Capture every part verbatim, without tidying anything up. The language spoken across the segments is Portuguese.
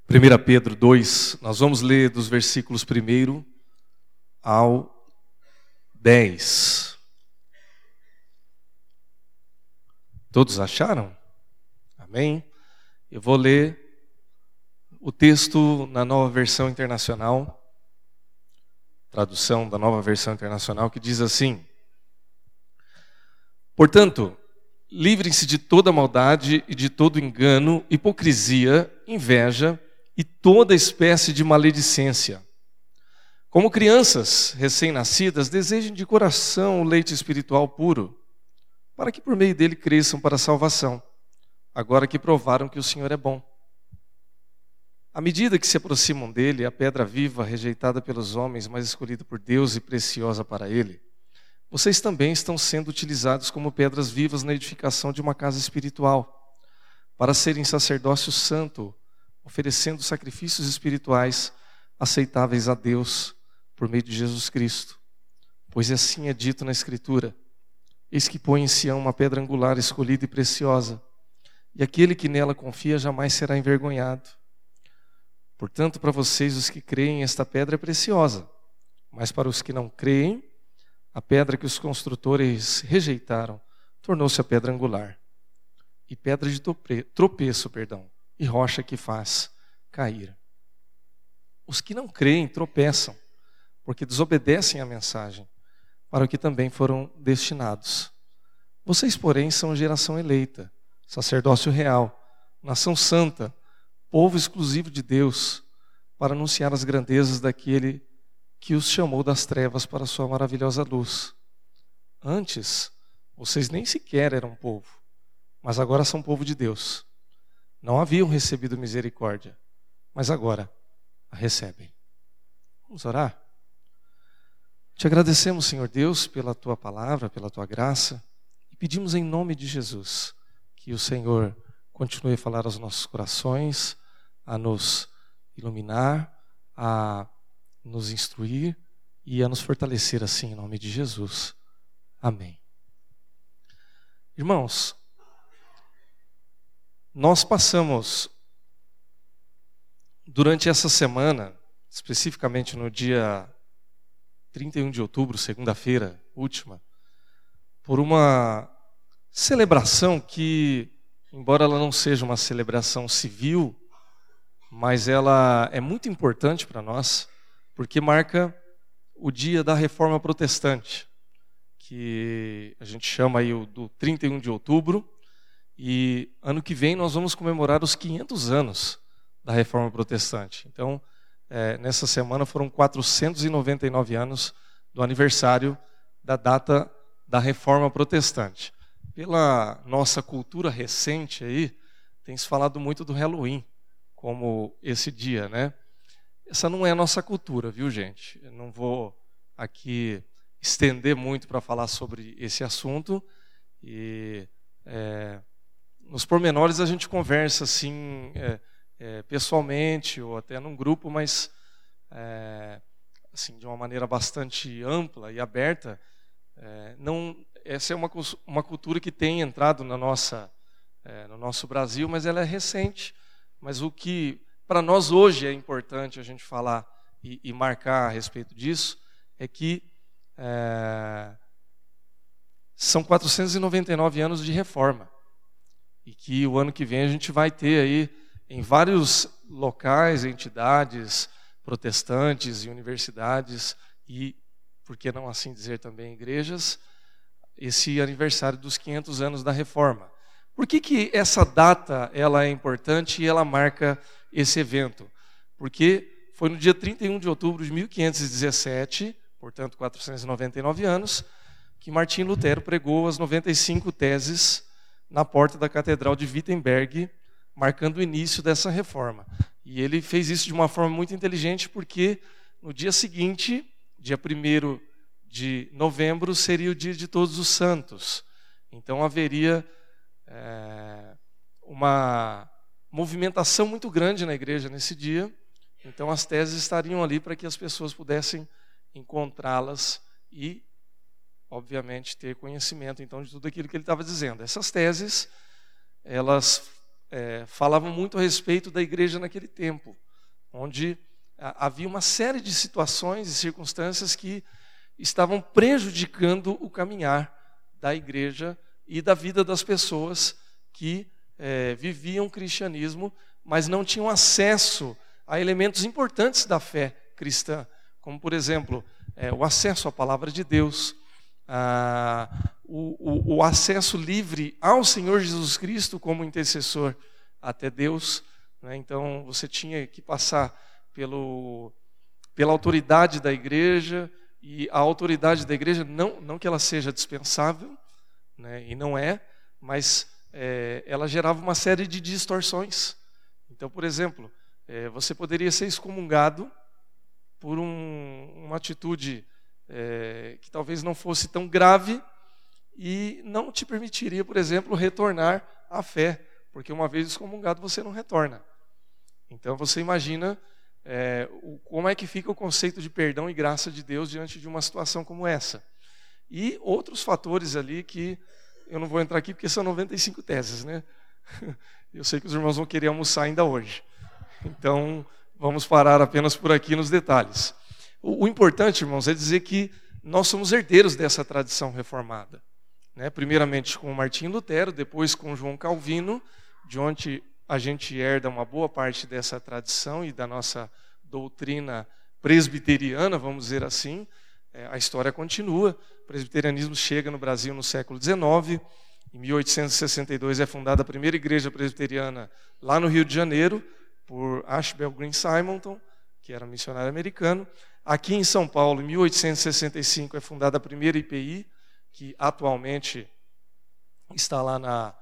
primeira Pedro dois, nós vamos ler dos versículos primeiro ao dez. Todos acharam? Amém? Eu vou ler o texto na Nova Versão Internacional, tradução da Nova Versão Internacional, que diz assim: Portanto, livrem-se de toda maldade e de todo engano, hipocrisia, inveja e toda espécie de maledicência. Como crianças recém-nascidas, desejem de coração o leite espiritual puro, para que por meio dele cresçam para a salvação, agora que provaram que o Senhor é bom. À medida que se aproximam dele, a pedra viva, rejeitada pelos homens, mas escolhida por Deus e preciosa para ele, vocês também estão sendo utilizados como pedras vivas na edificação de uma casa espiritual, para serem sacerdócio santo, oferecendo sacrifícios espirituais aceitáveis a Deus por meio de Jesus Cristo. Pois assim é dito na Escritura: eis que põe em Sião uma pedra angular escolhida e preciosa, e aquele que nela confia jamais será envergonhado. Portanto, para vocês, os que creem, esta pedra é preciosa, mas para os que não creem, a pedra que os construtores rejeitaram tornou-se a pedra angular, e pedra de tropeço, perdão, e rocha que faz cair. Os que não creem tropeçam, porque desobedecem à mensagem, para o que também foram destinados. Vocês, porém, são geração eleita, sacerdócio real, nação santa, povo exclusivo de Deus, para anunciar as grandezas daquele que os chamou das trevas para a sua maravilhosa luz. Antes, vocês nem sequer eram povo, mas agora são povo de Deus. Não haviam recebido misericórdia, mas agora a recebem. Vamos orar? Te agradecemos, Senhor Deus, pela Tua palavra, pela Tua graça, e pedimos em nome de Jesus que o Senhor continue a falar aos nossos corações, a nos iluminar, a nos instruir e a nos fortalecer assim, em nome de Jesus. Amém. Irmãos, nós passamos durante essa semana, especificamente no dia trinta e um de outubro, segunda-feira, última, por uma celebração que, embora ela não seja uma celebração civil, mas ela é muito importante para nós, porque marca o dia da Reforma Protestante, que a gente chama aí o do trinta e um de outubro, e ano que vem nós vamos comemorar os quinhentos anos da Reforma Protestante. Então, é, nessa semana foram quatrocentos e noventa e nove anos do aniversário da data da Reforma Protestante. Pela nossa cultura recente aí, tem se falado muito do Halloween como esse dia, né? Essa não é a nossa cultura, viu, gente? Eu não vou aqui estender muito para falar sobre esse assunto. E é, nos pormenores a gente conversa assim, é, é, pessoalmente ou até num grupo, mas é, assim, de uma maneira bastante ampla e aberta. É, não, essa é uma, uma cultura que tem entrado na nossa, é, no nosso Brasil, mas ela é recente. Mas o que para nós hoje é importante a gente falar e, e marcar a respeito disso é que é, são quatrocentos e noventa e nove anos de reforma e que o ano que vem a gente vai ter aí em vários locais, entidades protestantes e universidades e, por que não assim dizer também, igrejas, esse aniversário dos quinhentos anos da reforma. Por que que essa data ela é importante e ela marca esse evento? Porque foi no dia trinta e um de outubro de mil quinhentos e dezessete, portanto quatrocentos e noventa e nove anos, que Martim Lutero pregou as noventa e cinco teses na porta da Catedral de Wittenberg, marcando o início dessa reforma. E ele fez isso de uma forma muito inteligente, porque no dia seguinte, dia primeiro de novembro, seria o dia de Todos os Santos. Então haveria é, uma movimentação muito grande na igreja nesse dia, então as teses estariam ali para que as pessoas pudessem encontrá-las e, obviamente, ter conhecimento então de tudo aquilo que ele estava dizendo. Essas teses, elas é, falavam muito a respeito da igreja naquele tempo, onde a, havia uma série de situações e circunstâncias que estavam prejudicando o caminhar da igreja e da vida das pessoas que é, viviam o cristianismo, mas não tinham acesso a elementos importantes da fé cristã, como, por exemplo, é, o acesso à palavra de Deus, a, o, o, o acesso livre ao Senhor Jesus Cristo como intercessor até Deus, né? Então, você tinha que passar pelo, pela autoridade da igreja, e a autoridade da igreja, não, não que ela seja dispensável, né? E não é, mas é, ela gerava uma série de distorções. Então, por exemplo, é, você poderia ser excomungado por um, uma atitude é, que talvez não fosse tão grave e não te permitiria, por exemplo, retornar à fé, porque uma vez excomungado você não retorna. Então você imagina é, o, como é que fica o conceito de perdão e graça de Deus diante de uma situação como essa. E outros fatores ali que eu não vou entrar aqui porque são noventa e cinco teses, né? Eu sei que os irmãos vão querer almoçar ainda hoje. Então, vamos parar apenas por aqui nos detalhes. O, o importante, irmãos, é dizer que nós somos herdeiros dessa tradição reformada, né? Primeiramente com Martinho Lutero, depois com João Calvino, de onde a gente herda uma boa parte dessa tradição e da nossa doutrina presbiteriana, vamos dizer assim. É, a história continua. O presbiterianismo chega no Brasil no século dezenove. Em mil oitocentos e sessenta e dois é fundada a primeira igreja presbiteriana lá no Rio de Janeiro, por Ashbel Green Simonton, que era um missionário americano. Aqui em São Paulo, em mil oitocentos e sessenta e cinco, é fundada a primeira I P I, que atualmente está lá na,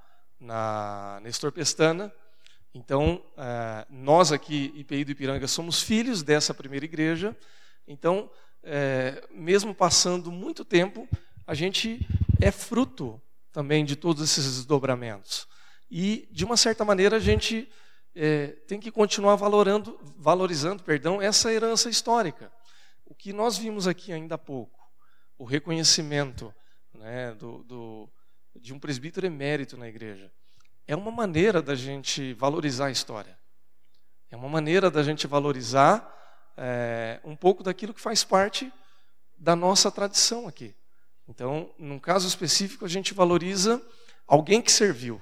na Nestor Pestana. Então, eh, nós aqui, I P I do Ipiranga, somos filhos dessa primeira igreja. Então, eh, mesmo passando muito tempo, a gente é fruto também de todos esses desdobramentos. E, de uma certa maneira, a gente é, tem que continuar valorando, valorizando perdão, essa herança histórica. O que nós vimos aqui ainda há pouco, o reconhecimento, né, do, do, de um presbítero emérito na igreja, é uma maneira da gente valorizar a história. É uma maneira da gente valorizar é, um pouco daquilo que faz parte da nossa tradição aqui. Então, num caso específico, a gente valoriza alguém que serviu.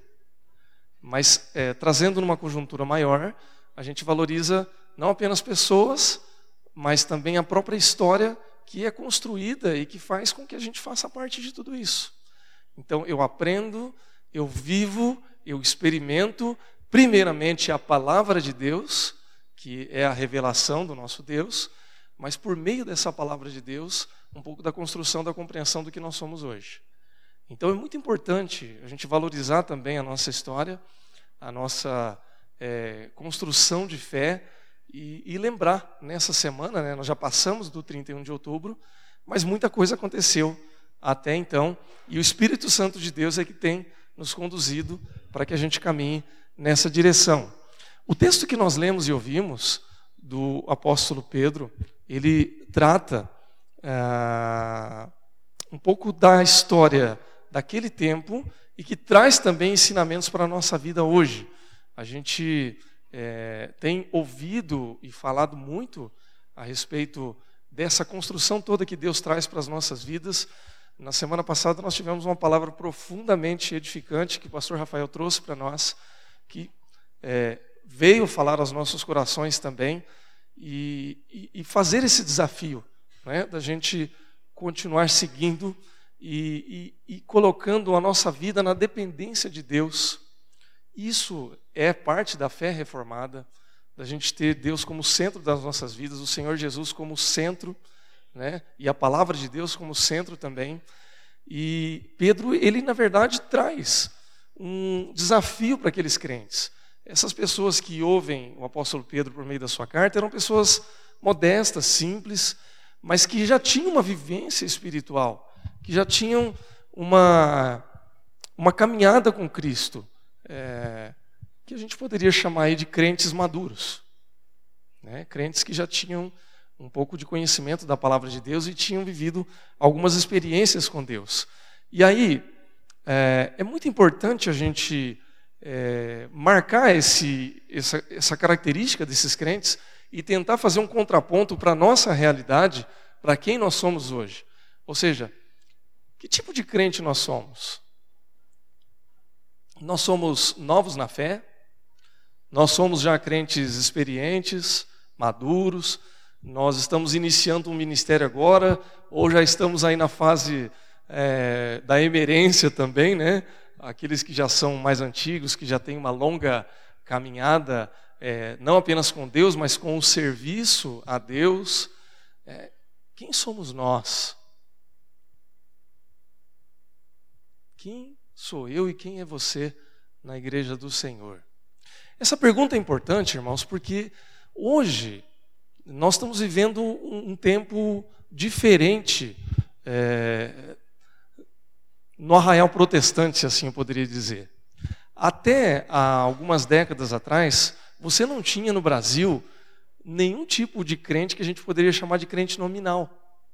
Mas, é, trazendo numa conjuntura maior, a gente valoriza não apenas pessoas, mas também a própria história que é construída e que faz com que a gente faça parte de tudo isso. Então, eu aprendo, eu vivo, eu experimento, primeiramente, a palavra de Deus, que é a revelação do nosso Deus, mas por meio dessa palavra de Deus, um pouco da construção, da compreensão do que nós somos hoje. Então é muito importante a gente valorizar também a nossa história, a nossa é, construção de fé e, e lembrar nessa semana, né, nós já passamos do trinta e um de outubro, mas muita coisa aconteceu até então e o Espírito Santo de Deus é que tem nos conduzido para que a gente caminhe nessa direção. O texto que nós lemos e ouvimos do apóstolo Pedro, ele trata ah, um pouco da história daquele tempo e que traz também ensinamentos para a nossa vida hoje. A gente é, tem ouvido e falado muito a respeito dessa construção toda que Deus traz para as nossas vidas. Na semana passada nós tivemos uma palavra profundamente edificante que o pastor Rafael trouxe para nós, que é, veio falar aos nossos corações também e, e, e fazer esse desafio, né, da gente continuar seguindo e, e, e colocando a nossa vida na dependência de Deus. Isso é parte da fé reformada, da gente ter Deus como centro das nossas vidas, o Senhor Jesus como centro, né, e a palavra de Deus como centro também. E Pedro, ele na verdade traz um desafio para aqueles crentes. Essas pessoas que ouvem o apóstolo Pedro por meio da sua carta eram pessoas modestas, simples, mas que já tinham uma vivência espiritual, que já tinham uma, uma caminhada com Cristo, é, que a gente poderia chamar aí de crentes maduros, né? Crentes que já tinham um pouco de conhecimento da palavra de Deus e tinham vivido algumas experiências com Deus. E aí, é, é muito importante a gente é, marcar esse, essa, essa característica desses crentes e tentar fazer um contraponto para a nossa realidade, para quem nós somos hoje. Ou seja, que tipo de crente nós somos? Nós somos novos na fé, nós somos já crentes experientes, maduros, nós estamos iniciando um ministério agora, ou já estamos aí na fase é, da emerência também, né? Aqueles que já são mais antigos, que já têm uma longa caminhada, é, não apenas com Deus, mas com o serviço a Deus. É, quem somos nós? Quem sou eu e quem é você na igreja do Senhor? Essa pergunta é importante, irmãos, porque hoje nós estamos vivendo um, um tempo diferente é, no arraial protestante, se assim eu poderia dizer. Até há algumas décadas atrás, você não tinha no Brasil nenhum tipo de crente que a gente poderia chamar de crente nominal.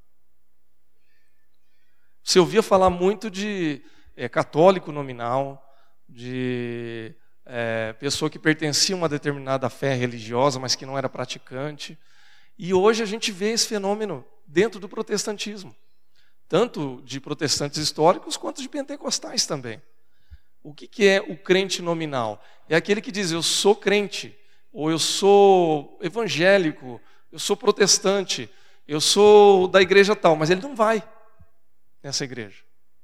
Você ouvia falar muito de é, católico nominal, de é, pessoa que pertencia a uma determinada fé religiosa, mas que não era praticante. E hoje a gente vê esse fenômeno dentro do protestantismo, tanto de protestantes históricos quanto de pentecostais também. O que, que é o crente nominal? É aquele que diz, eu sou crente, ou eu sou evangélico, eu sou protestante, eu sou da igreja tal, mas ele não vai nessa igreja.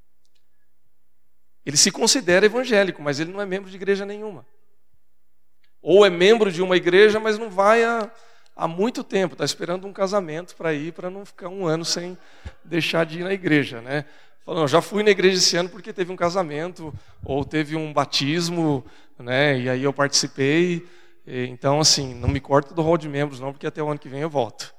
Ele se considera evangélico, mas ele não é membro de igreja nenhuma. Ou é membro de uma igreja, mas não vai há, há muito tempo, está esperando um casamento para ir, para não ficar um ano sem deixar de ir na igreja, né? Falando, já fui na igreja esse ano porque teve um casamento, ou teve um batismo, né? E aí eu participei. Então, assim, não me corto do rol de membros não, porque até o ano que vem eu volto,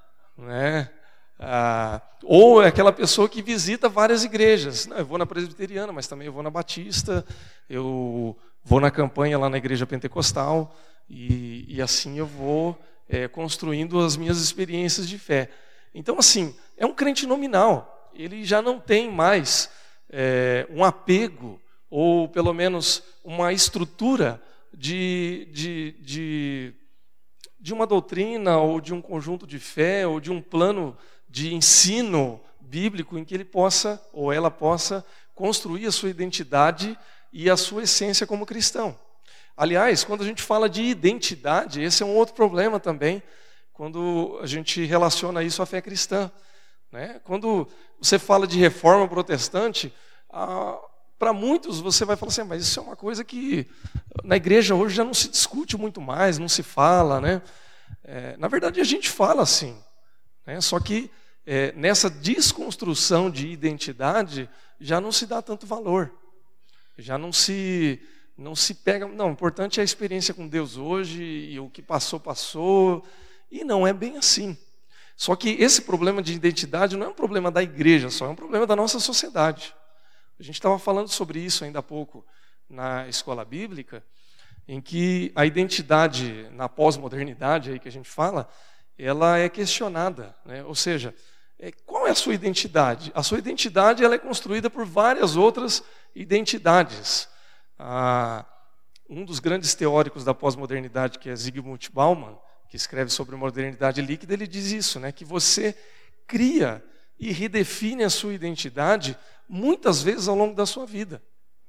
né? Ah, ou é aquela pessoa que visita várias igrejas. Não, eu vou na presbiteriana, mas também eu vou na batista, eu vou na campanha lá na igreja pentecostal, e, e assim eu vou é, construindo as minhas experiências de fé. Então, assim, é um crente nominal. Ele já não tem mais é, um apego, ou pelo menos uma estrutura de, de, de, de uma doutrina, ou de um conjunto de fé, ou de um plano de ensino bíblico em que ele possa, ou ela possa, construir a sua identidade e a sua essência como cristão. Aliás, quando a gente fala de identidade, esse é um outro problema também, quando a gente relaciona isso à fé cristã, né? Quando você fala de reforma protestante, ah, para muitos você vai falar assim, mas isso é uma coisa que na igreja hoje já não se discute muito mais, não se fala, né? É, na verdade a gente fala assim, né? Só que é, nessa desconstrução de identidade já não se dá tanto valor, já não se, não se pega, não, o importante é a experiência com Deus hoje, e o que passou, passou, e não é bem assim. Só que esse problema de identidade não é um problema da igreja só, é um problema da nossa sociedade. A gente estava falando sobre isso ainda há pouco na escola bíblica, em que a identidade na pós-modernidade aí que a gente fala, ela é questionada, né? Ou seja, qual é a sua identidade? A sua identidade ela é construída por várias outras identidades. Ah, um dos grandes teóricos da pós-modernidade, que é Zygmunt Bauman, que escreve sobre modernidade líquida, ele diz isso, né? Que você cria e redefine a sua identidade muitas vezes ao longo da sua vida.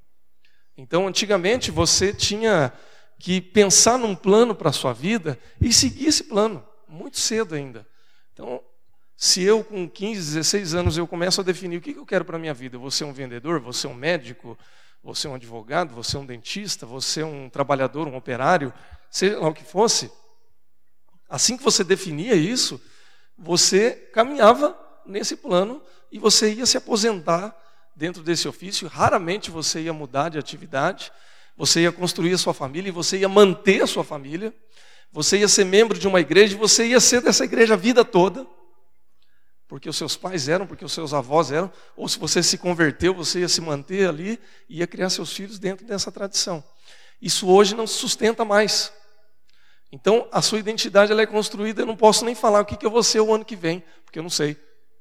Então, antigamente, você tinha que pensar num plano para a sua vida e seguir esse plano, muito cedo ainda. Então, se eu com quinze, dezesseis anos eu começo a definir o que eu quero para a minha vida, eu vou ser um vendedor, vou ser um médico, vou ser um advogado, vou ser um dentista, vou ser um trabalhador, um operário, seja lá o que fosse, assim que você definia isso, você caminhava nesse plano e você ia se aposentar dentro desse ofício, raramente você ia mudar de atividade, você ia construir a sua família e você ia manter a sua família, você ia ser membro de uma igreja e você ia ser dessa igreja a vida toda, porque os seus pais eram, porque os seus avós eram, ou se você se converteu, você ia se manter ali e ia criar seus filhos dentro dessa tradição. Isso hoje não se sustenta mais. Então, a sua identidade ela é construída, eu não posso nem falar o que eu vou ser o ano que vem, porque eu não sei.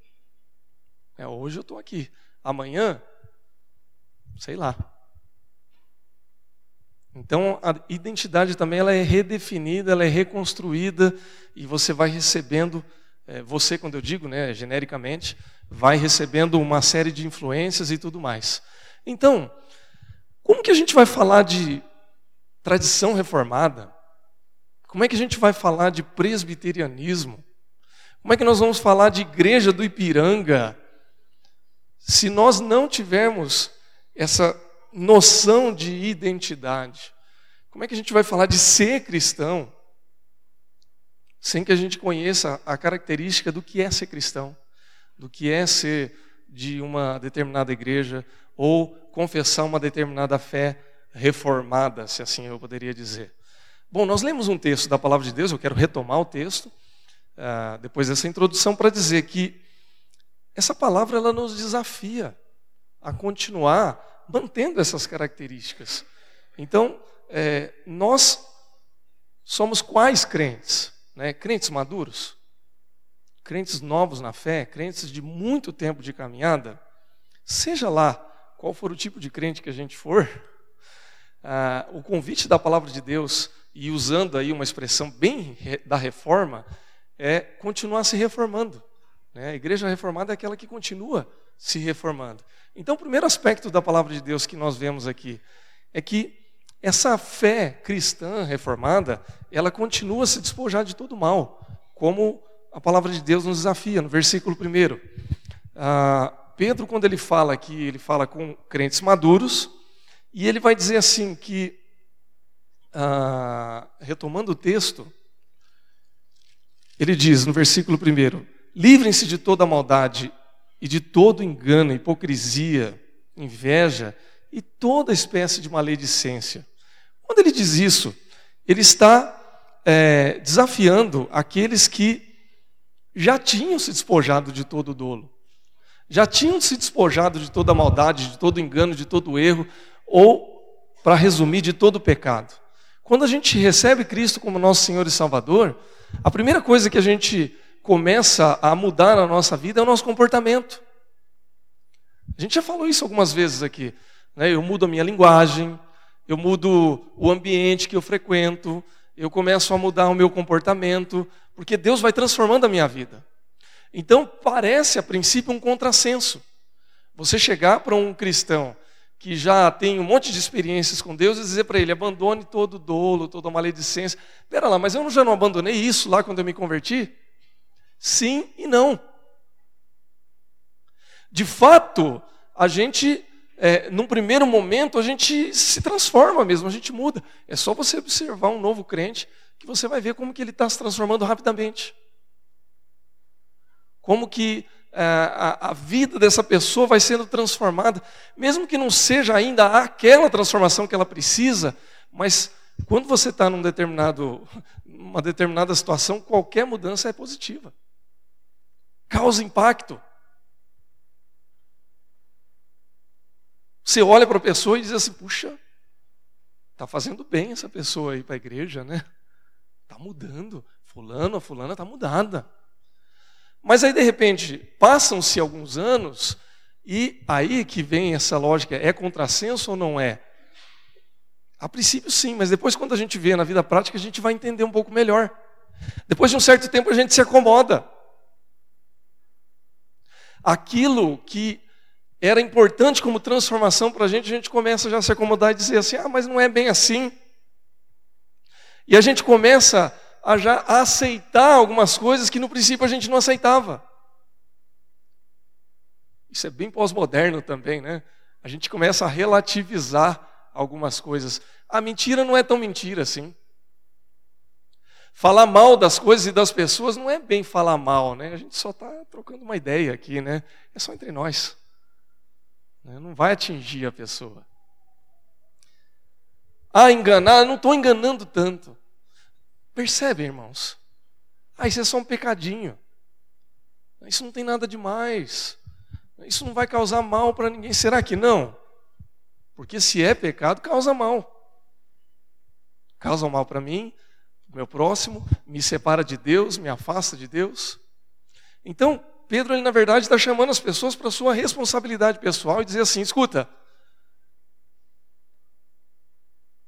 É, hoje eu estou aqui. Amanhã, sei lá. Então, a identidade também ela é redefinida, ela é reconstruída, e você vai recebendo, é, você, quando eu digo, né, genericamente, vai recebendo uma série de influências e tudo mais. Então, como que a gente vai falar de tradição reformada? Como é que a gente vai falar de presbiterianismo? Como é que nós vamos falar de igreja do Ipiranga se nós não tivermos essa noção de identidade? Como é que a gente vai falar de ser cristão sem que a gente conheça a característica do que é ser cristão, do que é ser de uma determinada igreja ou confessar uma determinada fé reformada, se assim eu poderia dizer? Bom, nós lemos um texto da Palavra de Deus, eu quero retomar o texto, uh, depois dessa introdução, para dizer que essa palavra ela nos desafia a continuar mantendo essas características. Então, é, nós somos quais crentes? Né? Crentes maduros? Crentes novos na fé? Crentes de muito tempo de caminhada? Seja lá qual for o tipo de crente que a gente for, ah, o convite da palavra de Deus, e usando aí uma expressão bem da reforma, é continuar se reformando. Né? A igreja reformada é aquela que continua se reformando. Então, o primeiro aspecto da palavra de Deus que nós vemos aqui é que essa fé cristã reformada, ela continua a se despojar de todo mal, como a palavra de Deus nos desafia, no versículo primeiro. Ah, Pedro, quando ele fala aqui, ele fala com crentes maduros, e ele vai dizer assim que, ah, retomando o texto, ele diz no versículo primeiro: livrem-se de toda maldade e de todo engano, hipocrisia, inveja e toda espécie de maledicência. Quando ele diz isso, ele está é, desafiando aqueles que já tinham se despojado de todo o dolo, já tinham se despojado de toda a maldade, de todo o engano, de todo o erro, ou, para resumir, de todo o pecado. Quando a gente recebe Cristo como nosso Senhor e Salvador, a primeira coisa que a gente começa a mudar na nossa vida é o nosso comportamento. A gente já falou isso algumas vezes aqui, né? Eu mudo a minha linguagem, eu mudo o ambiente que eu frequento, eu começo a mudar o meu comportamento, porque Deus vai transformando a minha vida. Então, parece a princípio um contrassenso você chegar para um cristão que já tem um monte de experiências com Deus e dizer para ele: abandone todo o dolo, toda a maledicência. Pera lá, mas eu já não abandonei isso lá quando eu me converti? Sim e não. De fato, a gente, é, num primeiro momento, a gente se transforma mesmo, a gente muda. É só você observar um novo crente que você vai ver como que ele está se transformando rapidamente. Como que é, a, a vida dessa pessoa vai sendo transformada, mesmo que não seja ainda aquela transformação que ela precisa, mas quando você está num determinado, uma determinada situação, qualquer mudança é positiva. Causa impacto. Você olha para a pessoa e diz assim: puxa, está fazendo bem essa pessoa aí para a igreja, né? Está mudando. Fulano, a fulana está mudada. Mas aí, de repente, passam-se alguns anos e aí que vem essa lógica: é contrassenso ou não é? A princípio sim, mas depois quando a gente vê na vida prática, a gente vai entender um pouco melhor. Depois de um certo tempo a gente se acomoda. Aquilo que era importante como transformação para a gente, a gente começa já a se acomodar e dizer assim: ah, mas não é bem assim. E a gente começa a já aceitar algumas coisas que no princípio a gente não aceitava. Isso é bem pós-moderno também, né? A gente começa a relativizar algumas coisas. A mentira não é tão mentira assim. Falar mal das coisas e das pessoas não é bem falar mal, né? A gente só está trocando uma ideia aqui, né? É só entre nós. Não vai atingir a pessoa. Ah, enganar, não estou enganando tanto. Percebem, irmãos? Ah, isso é só um pecadinho. Isso não tem nada demais. Isso não vai causar mal para ninguém. Será que não? Porque se é pecado, causa mal. Causa mal para mim, para o meu próximo, me separa de Deus, me afasta de Deus. Então, Pedro, ele, na verdade, está chamando as pessoas para a sua responsabilidade pessoal e dizer assim: escuta,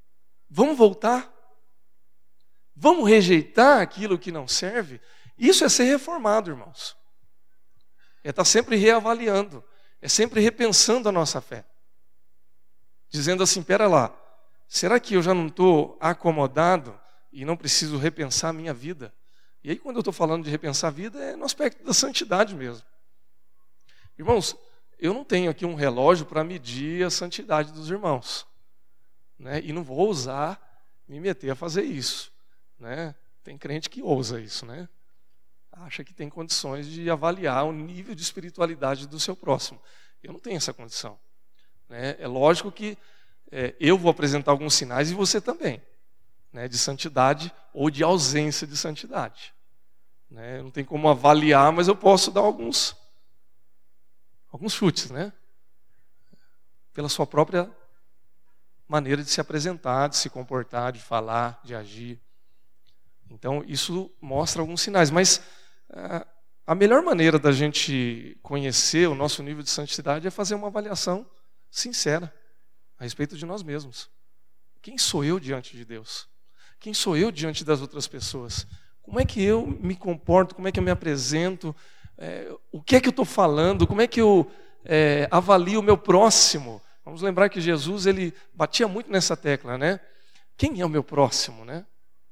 Vamos voltar? Vamos rejeitar aquilo que não serve? Isso é ser reformado, irmãos. É estar sempre reavaliando, é sempre repensando a nossa fé. Dizendo assim, pera lá, será que eu já não estou acomodado e não preciso repensar a minha vida? E aí quando eu estou falando de repensar a vida, é no aspecto da santidade mesmo. Irmãos, eu não tenho aqui um relógio para medir a santidade dos irmãos, né? E não vou ousar me meter a fazer isso, né? Tem crente que ousa isso, né? Acha que tem condições de avaliar o nível de espiritualidade do seu próximo. Eu não tenho essa condição, né? É lógico que é, eu vou apresentar alguns sinais e você também, né, de santidade ou de ausência de santidade, né? Não tem como avaliar, mas eu posso dar alguns, alguns chutes, né? Pela sua própria maneira de se apresentar, de se comportar, de falar, de agir. Então, isso mostra alguns sinais. Mas ah, a melhor maneira da gente conhecer o nosso nível de santidade é fazer uma avaliação sincera a respeito de nós mesmos. Quem sou eu diante de Deus? Quem sou eu diante das outras pessoas? Como é que eu me comporto? Como é que eu me apresento? É, o que é que eu estou falando? Como é que eu é, avalio o meu próximo? Vamos lembrar que Jesus, ele batia muito nessa tecla, né? Quem é o meu próximo, né?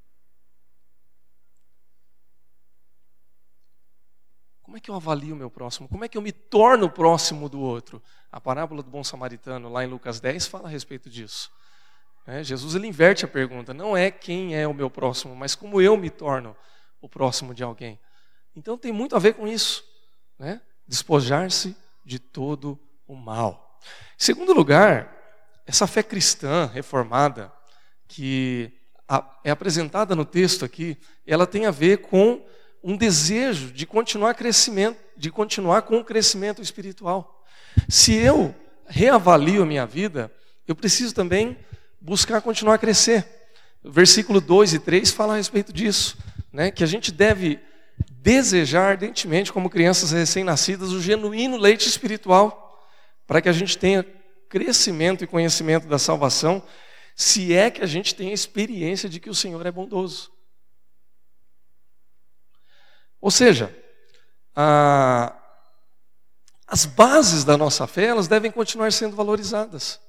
Como é que eu avalio o meu próximo? Como é que eu me torno próximo do outro? A parábola do bom samaritano, lá em Lucas dez, fala a respeito disso. É, Jesus, ele inverte a pergunta. Não é quem é o meu próximo, mas como eu me torno o próximo de alguém. Então tem muito a ver com isso, né? Despojar-se de todo o mal. Em segundo lugar, essa fé cristã reformada, que é apresentada no texto aqui, ela tem a ver com um desejo de continuar crescimento, de continuar com o crescimento espiritual. Se eu reavalio a minha vida, eu preciso também buscar continuar a crescer. O versículo dois e três fala a respeito disso, né? Que a gente deve desejar ardentemente, como crianças recém-nascidas, o genuíno leite espiritual, para que a gente tenha crescimento e conhecimento da salvação, se é que a gente tem a experiência de que o Senhor é bondoso. Ou seja, a, as bases da nossa fé, elas devem continuar sendo valorizadas.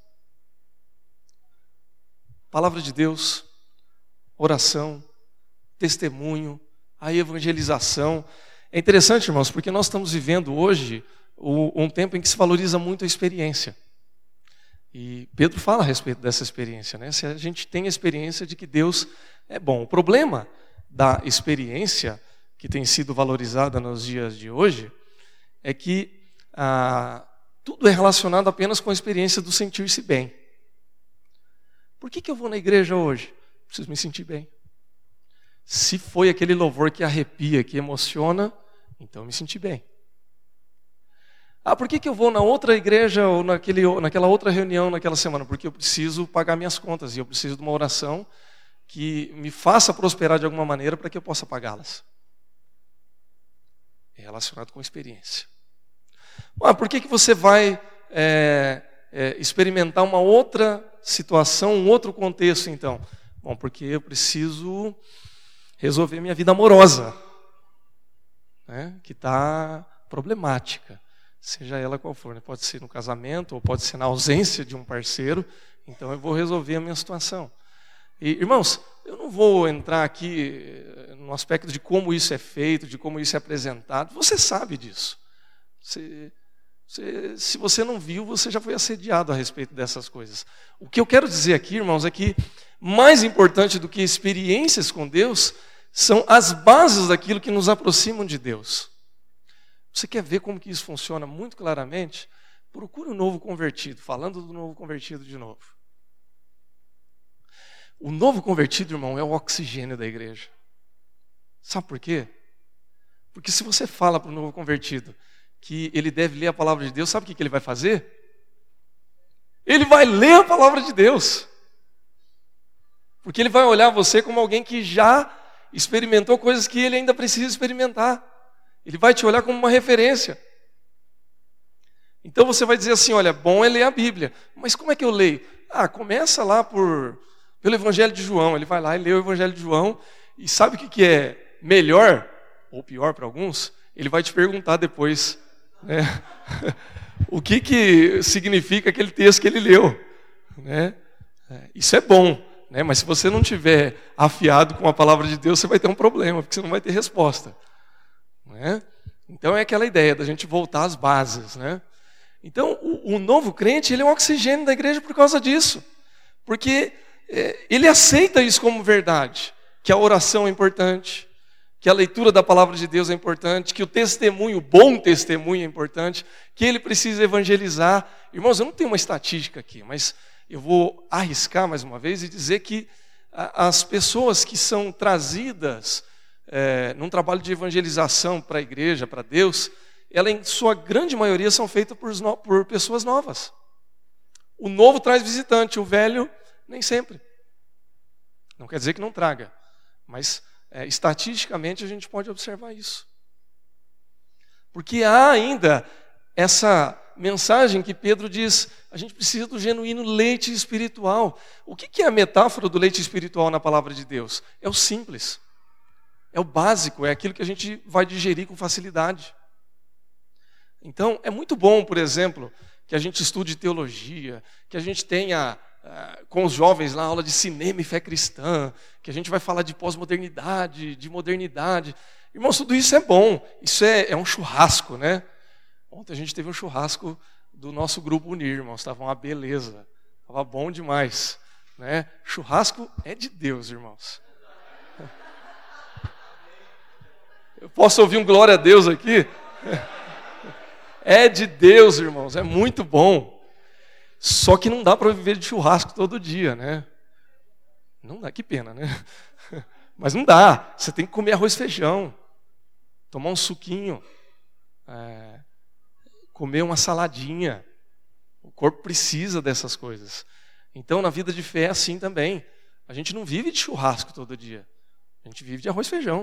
Palavra de Deus, oração, testemunho, a evangelização. É interessante, irmãos, porque nós estamos vivendo hoje um tempo em que se valoriza muito a experiência. E Pedro fala a respeito dessa experiência, né? Se a gente tem a experiência de que Deus é bom. O problema da experiência que tem sido valorizada nos dias de hoje é que ah, tudo é relacionado apenas com a experiência do sentir-se bem. Por que que eu vou na igreja hoje? Preciso me sentir bem. Se foi aquele louvor que arrepia, que emociona, então eu me senti bem. Ah, por que que eu vou na outra igreja ou naquele, naquela outra reunião naquela semana? Porque eu preciso pagar minhas contas e eu preciso de uma oração que me faça prosperar de alguma maneira para que eu possa pagá-las. É relacionado com experiência. Ah, por que que você vai é, é, experimentar uma outra situação, um outro contexto então? Bom, porque eu preciso resolver minha vida amorosa, né, que está problemática. Seja ela qual for, né? Pode ser no casamento ou pode ser na ausência de um parceiro, então eu vou resolver a minha situação. E, irmãos, eu não vou entrar aqui no aspecto de como isso é feito, de como isso é apresentado, você sabe disso. Você, você, se você não viu, você já foi assediado a respeito dessas coisas. O que eu quero dizer aqui, irmãos, é que mais importante do que experiências com Deus são as bases daquilo que nos aproximam de Deus. Você quer ver como que isso funciona muito claramente? Procure um novo convertido, falando do novo convertido de novo. O novo convertido, irmão, é o oxigênio da igreja. Sabe por quê? Porque se você fala para o novo convertido que ele deve ler a palavra de Deus, sabe o que que ele vai fazer? Ele vai ler a palavra de Deus. Porque ele vai olhar você como alguém que já experimentou coisas que ele ainda precisa experimentar. Ele vai te olhar como uma referência. Então você vai dizer assim, olha, bom é ler a Bíblia. Mas como é que eu leio? Ah, começa lá por Pelo Evangelho de João. Ele vai lá e lê o Evangelho de João e sabe o que, que é melhor, ou pior para alguns? Ele vai te perguntar depois, né? O que, que significa aquele texto que ele leu, né? Isso é bom, né? Mas se você não tiver afiado com a palavra de Deus, você vai ter um problema, porque você não vai ter resposta, né? Então é aquela ideia da gente voltar às bases, né? Então o, o novo crente, ele é um oxigênio da igreja por causa disso, porque é, ele aceita isso como verdade, que a oração é importante, que a leitura da palavra de Deus é importante, que o testemunho, o bom testemunho é importante, que ele precisa evangelizar. Irmãos, eu não tenho uma estatística aqui, mas eu vou arriscar mais uma vez e dizer que as pessoas que são trazidas é, num trabalho de evangelização para a igreja, para Deus, ela em sua grande maioria são feitas por, por pessoas novas. O novo traz visitante, o velho nem sempre. Não quer dizer que não traga, mas É, estatisticamente a gente pode observar isso. Porque há ainda essa mensagem que Pedro diz, a gente precisa do genuíno leite espiritual. O que, que é a metáfora do leite espiritual na palavra de Deus? É o simples, é o básico, é aquilo que a gente vai digerir com facilidade. Então é muito bom, por exemplo, que a gente estude teologia, que a gente tenha Uh, com os jovens lá, aula de cinema e fé cristã, que a gente vai falar de pós-modernidade, de modernidade. Irmãos, tudo isso é bom, isso é, é um churrasco, né? Ontem a gente teve um churrasco do nosso grupo Unir, irmãos, estava uma beleza, estava bom demais, né? Churrasco é de Deus, irmãos. Eu posso ouvir um glória a Deus aqui? É de Deus, irmãos, é muito bom. Só que não dá para viver de churrasco todo dia, né? Não dá, que pena, né? Mas não dá. Você tem que comer arroz e feijão, tomar um suquinho, é, comer uma saladinha. O corpo precisa dessas coisas. Então, na vida de fé é assim também. A gente não vive de churrasco todo dia. A gente vive de arroz e feijão.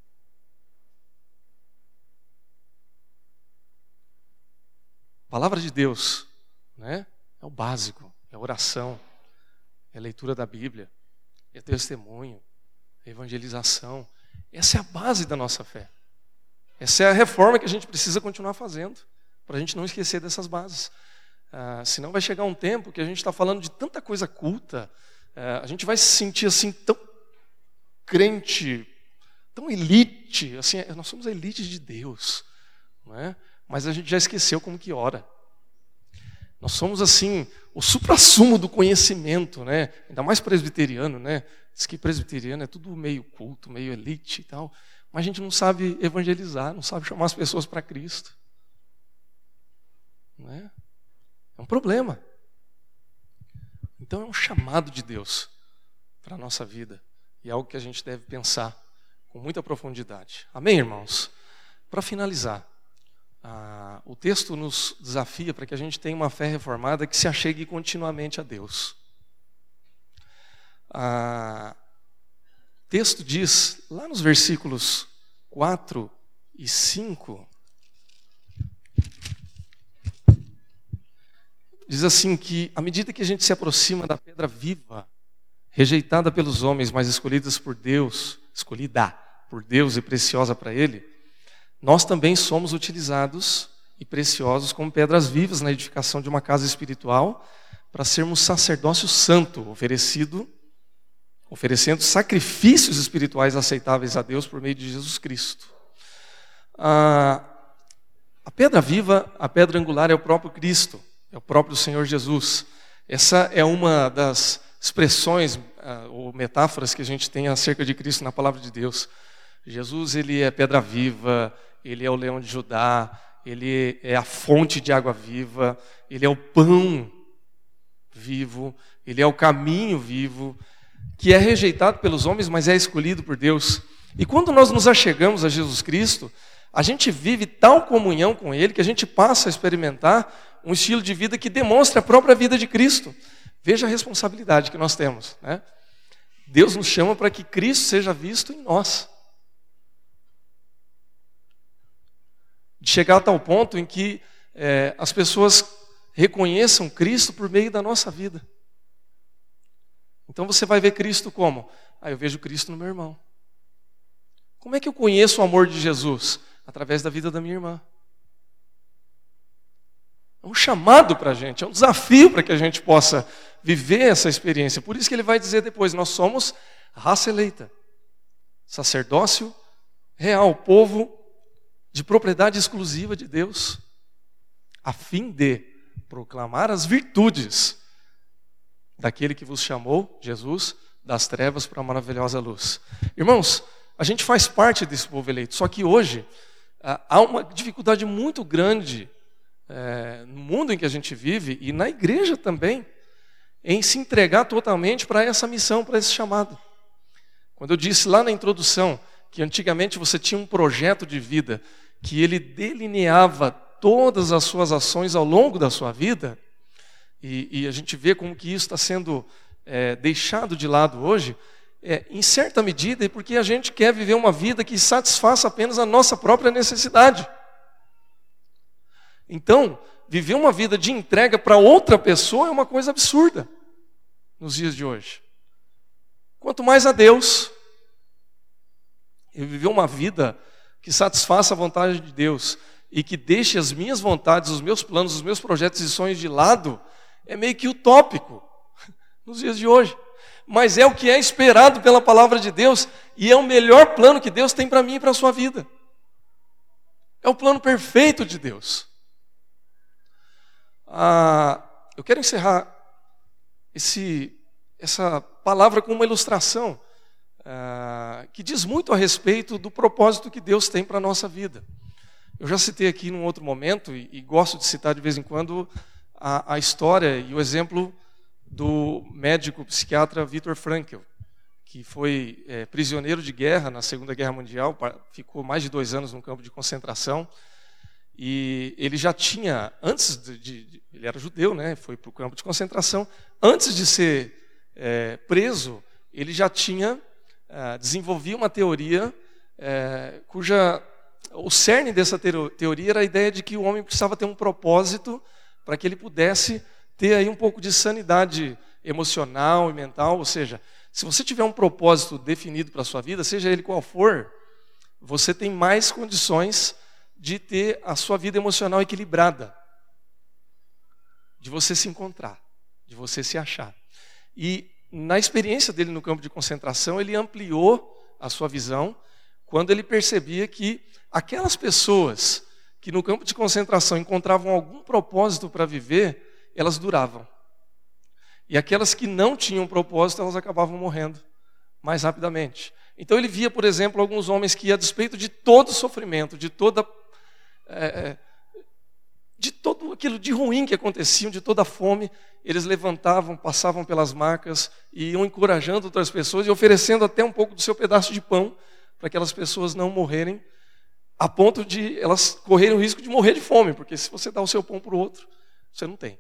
Palavra de Deus, né? É o básico, é a oração, é a leitura da Bíblia, é testemunho, é evangelização. Essa é a base da nossa fé. Essa é a reforma que a gente precisa continuar fazendo, para a gente não esquecer dessas bases. Ah, senão vai chegar um tempo que a gente está falando de tanta coisa culta, ah, a gente vai se sentir assim tão crente, tão elite, assim, nós somos a elite de Deus, não é? Mas a gente já esqueceu como que ora. Nós somos, assim, o suprassumo do conhecimento, né? Ainda mais presbiteriano, né? Diz que presbiteriano é tudo meio culto, meio elite e tal. Mas a gente não sabe evangelizar, não sabe chamar as pessoas para Cristo. Não é? É um problema. Então é um chamado de Deus para a nossa vida. E é algo que a gente deve pensar com muita profundidade. Amém, irmãos? Para finalizar. Ah, o texto nos desafia para que a gente tenha uma fé reformada que se achegue continuamente a Deus. Ah, o texto diz, lá nos versículos quatro e cinco, diz assim que, à medida que a gente se aproxima da pedra viva, rejeitada pelos homens, mas escolhidas por Deus, escolhida por Deus e preciosa para Ele, nós também somos utilizados e preciosos como pedras vivas na edificação de uma casa espiritual para sermos sacerdócio santo, oferecido, oferecendo sacrifícios espirituais aceitáveis a Deus por meio de Jesus Cristo. A, a pedra viva, a pedra angular é o próprio Cristo, é o próprio Senhor Jesus. Essa é uma das expressões uh, ou metáforas que a gente tem acerca de Cristo na palavra de Deus. Jesus, ele é pedra viva, ele é o leão de Judá, ele é a fonte de água viva, ele é o pão vivo, ele é o caminho vivo, que é rejeitado pelos homens, mas é escolhido por Deus. E quando nós nos achegamos a Jesus Cristo, a gente vive tal comunhão com Ele que a gente passa a experimentar um estilo de vida que demonstra a própria vida de Cristo. Veja a responsabilidade que nós temos, né? Deus nos chama para que Cristo seja visto em nós. De chegar a tal ponto em que é, as pessoas reconheçam Cristo por meio da nossa vida. Então você vai ver Cristo como? Ah, eu vejo Cristo no meu irmão. Como é que eu conheço o amor de Jesus? Através da vida da minha irmã. É um chamado para a gente, é um desafio para que a gente possa viver essa experiência. Por isso que ele vai dizer depois, nós somos raça eleita, sacerdócio real, povo de propriedade exclusiva de Deus, a fim de proclamar as virtudes daquele que vos chamou, Jesus, das trevas para a maravilhosa luz. Irmãos, a gente faz parte desse povo eleito, só que hoje há uma dificuldade muito grande é, no mundo em que a gente vive e na igreja também, em se entregar totalmente para essa missão, para esse chamado. Quando eu disse lá na introdução que antigamente você tinha um projeto de vida que ele delineava todas as suas ações ao longo da sua vida, e, e a gente vê como que isso está sendo é, deixado de lado hoje, é, em certa medida é porque a gente quer viver uma vida que satisfaça apenas a nossa própria necessidade. Então, viver uma vida de entrega para outra pessoa é uma coisa absurda nos dias de hoje. Quanto mais a Deus, eu viver uma vida que satisfaça a vontade de Deus e que deixe as minhas vontades, os meus planos, os meus projetos e sonhos de lado, é meio que utópico nos dias de hoje. Mas é o que é esperado pela palavra de Deus e é o melhor plano que Deus tem para mim e para a sua vida. É o plano perfeito de Deus. Ah, eu quero encerrar esse, essa palavra com uma ilustração ah, que diz muito a respeito do propósito que Deus tem para a nossa vida. Eu já citei aqui num outro momento, e, e gosto de citar de vez em quando, a, a história e o exemplo do médico psiquiatra Viktor Frankl, que foi é, prisioneiro de guerra na Segunda Guerra Mundial, ficou mais de dois anos no campo de concentração, e ele já tinha, antes de, de ele era judeu, né, foi para o campo de concentração, antes de ser é, preso, ele já tinha é, desenvolvido uma teoria é, cuja o cerne dessa teoria era a ideia de que o homem precisava ter um propósito para que ele pudesse ter aí um pouco de sanidade emocional e mental, ou seja, se você tiver um propósito definido para a sua vida, seja ele qual for, você tem mais condições de ter a sua vida emocional equilibrada, de você se encontrar, de você se achar. E na experiência dele no campo de concentração, ele ampliou a sua visão quando ele percebia que aquelas pessoas que no campo de concentração encontravam algum propósito para viver, elas duravam. E aquelas que não tinham propósito, elas acabavam morrendo mais rapidamente. Então ele via, por exemplo, alguns homens que, a despeito de todo o sofrimento, de toda é, de todo aquilo de ruim que acontecia, de toda a fome, eles levantavam, passavam pelas macas e iam encorajando outras pessoas e oferecendo até um pouco do seu pedaço de pão para aquelas pessoas não morrerem, a ponto de elas correrem o risco de morrer de fome, porque se você dá o seu pão para o outro, você não tem.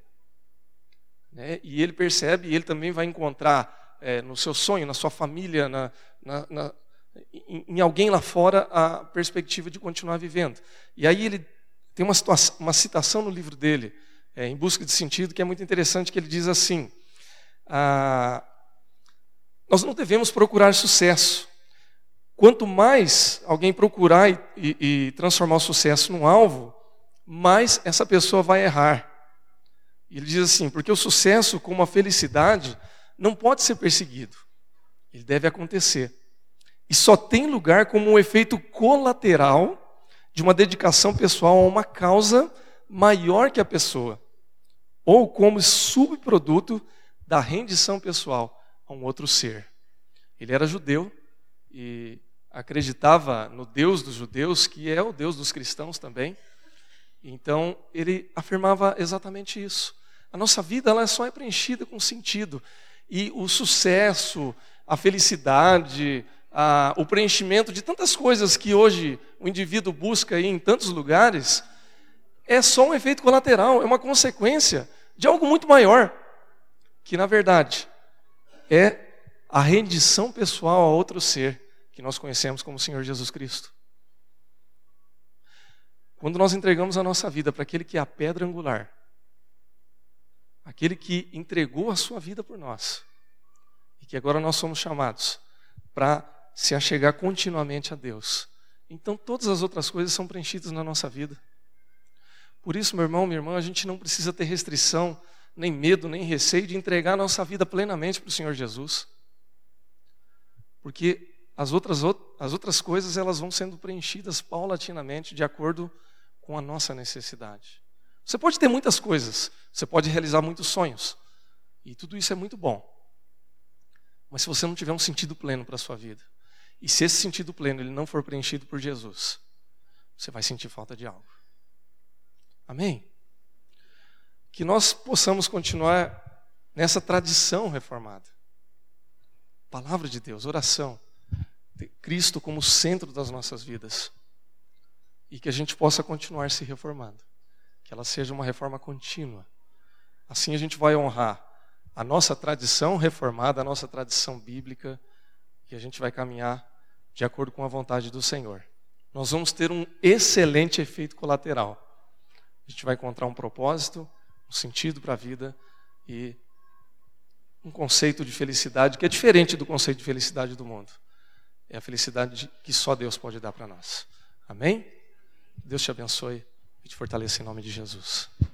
Né? E ele percebe, e ele também vai encontrar é, no seu sonho, na sua família, na, na, na, em, em alguém lá fora, a perspectiva de continuar vivendo. E aí ele tem uma, situação, uma citação no livro dele, é, Em Busca de Sentido, que é muito interessante, que ele diz assim, ah, nós não devemos procurar sucesso. Quanto mais alguém procurar e, e, e transformar o sucesso num alvo, mais essa pessoa vai errar. E ele diz assim, porque o sucesso, como a felicidade, não pode ser perseguido. Ele deve acontecer. E só tem lugar como um efeito colateral de uma dedicação pessoal a uma causa maior que a pessoa, ou como subproduto da rendição pessoal a um outro ser. Ele era judeu e acreditava no Deus dos judeus, que é o Deus dos cristãos também. Então, ele afirmava exatamente isso. A nossa vida ela só é preenchida com sentido. E o sucesso, a felicidade, a, o preenchimento de tantas coisas que hoje o indivíduo busca aí em tantos lugares, é só um efeito colateral, é uma consequência de algo muito maior, que na verdade é a rendição pessoal a outro ser, que nós conhecemos como o Senhor Jesus Cristo. Quando nós entregamos a nossa vida para aquele que é a pedra angular, aquele que entregou a sua vida por nós, e e que agora nós somos chamados para se achegar continuamente a Deus. Então todas as outras coisas são preenchidas na nossa vida. Por isso, meu irmão, minha irmã, a gente não precisa ter restrição, nem medo, nem receio de entregar a nossa vida plenamente para o Senhor Jesus. Porque as outras, as outras coisas elas vão sendo preenchidas paulatinamente de acordo com a nossa necessidade. Você pode ter muitas coisas, você pode realizar muitos sonhos, e tudo isso é muito bom. Mas se você não tiver um sentido pleno para a sua vida, e se esse sentido pleno ele não for preenchido por Jesus, você vai sentir falta de algo. Amém? Que nós possamos continuar nessa tradição reformada. Palavra de Deus, oração, ter Cristo como centro das nossas vidas. E que a gente possa continuar se reformando. Que ela seja uma reforma contínua. Assim a gente vai honrar a nossa tradição reformada, a nossa tradição bíblica, e a gente vai caminhar de acordo com a vontade do Senhor. Nós vamos ter um excelente efeito colateral. A gente vai encontrar um propósito, um sentido para a vida e um conceito de felicidade que é diferente do conceito de felicidade do mundo. É a felicidade que só Deus pode dar para nós. Amém? Deus te abençoe e te fortaleça em nome de Jesus.